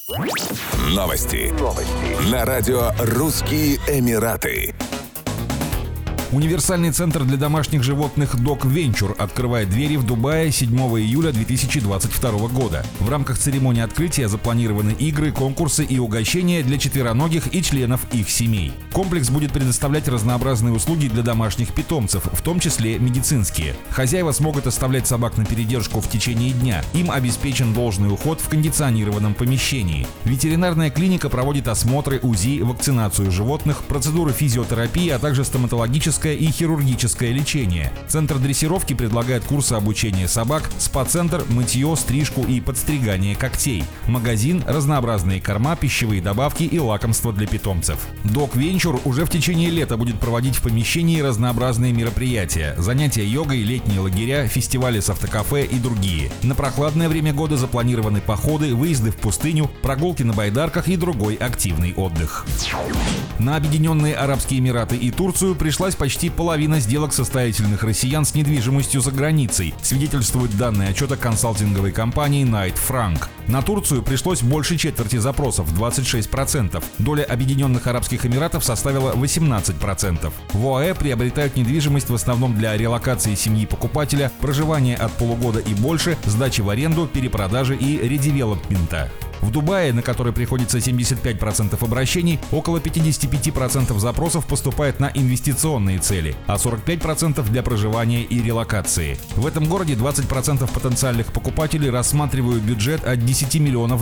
Новости. На радио «Русские Эмираты». Универсальный центр для домашних животных Dog Venture открывает двери в Дубае 7 июля 2022 года. В рамках церемонии открытия запланированы игры, конкурсы и угощения для четвероногих и членов их семей. Комплекс будет предоставлять разнообразные услуги для домашних питомцев, в том числе медицинские. Хозяева смогут оставлять собак на передержку в течение дня. Им обеспечен должный уход в кондиционированном помещении. Ветеринарная клиника проводит осмотры, УЗИ, вакцинацию животных, процедуры физиотерапии, а также стоматологическое и хирургическое лечение. Центр дрессировки предлагает курсы обучения собак, спа-центр, мытье, стрижку и подстригание когтей. Магазин, разнообразные корма, пищевые добавки и лакомства для питомцев. Dog Venture уже в течение лета будет проводить в помещении разнообразные мероприятия, занятия йогой, летние лагеря, фестивали с автокафе и другие. На прохладное время года запланированы походы, выезды в пустыню, прогулки на байдарках и другой активный отдых. На Объединенные Арабские Эмираты и Турцию пришлась почти половина сделок состоятельных россиян с недвижимостью за границей, свидетельствуют данные отчета консалтинговой компании Knight Frank. На Турцию пришлось больше четверти запросов, 26%. Доля Объединенных Арабских Эмиратов составила 18%. В ОАЭ приобретают недвижимость в основном для релокации семьи покупателя, проживания от полугода и больше, сдачи в аренду, перепродажи и редевелопмента. В Дубае, на который приходится 75% обращений, около 55% запросов поступает на инвестиционные цели, а 45% для проживания и релокации. В этом городе 20% потенциальных покупателей рассматривают бюджет от $10 миллионов,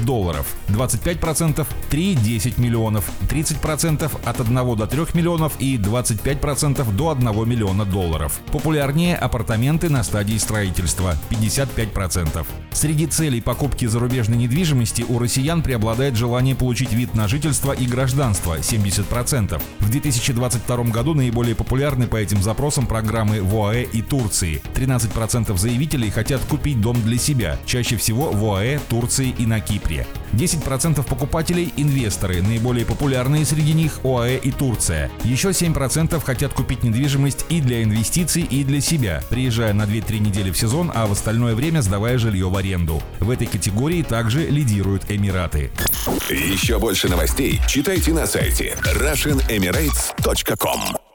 25% – 3-10 миллионов, 30% от 1 до 3 миллионов и 25% до $1 миллиона. Популярнее апартаменты на стадии строительства – 55%. Среди целей покупки зарубежной недвижимости у россиян преобладает желание получить вид на жительство и гражданство – 70%. В 2022 году наиболее популярны по этим запросам программы в ОАЭ и Турции. 13% заявителей хотят купить дом для себя, чаще всего в ОАЭ, Турции и на Кипре. 10% покупателей – инвесторы, наиболее популярные среди них ОАЭ и Турция. Еще 7% хотят купить недвижимость и для инвестиций, и для себя, приезжая на 2-3 недели в сезон, а в остальное время сдавая жилье в аренду. В этой категории также лидируют Эмираты. Еще больше новостей читайте на сайте RussianEmirates.com.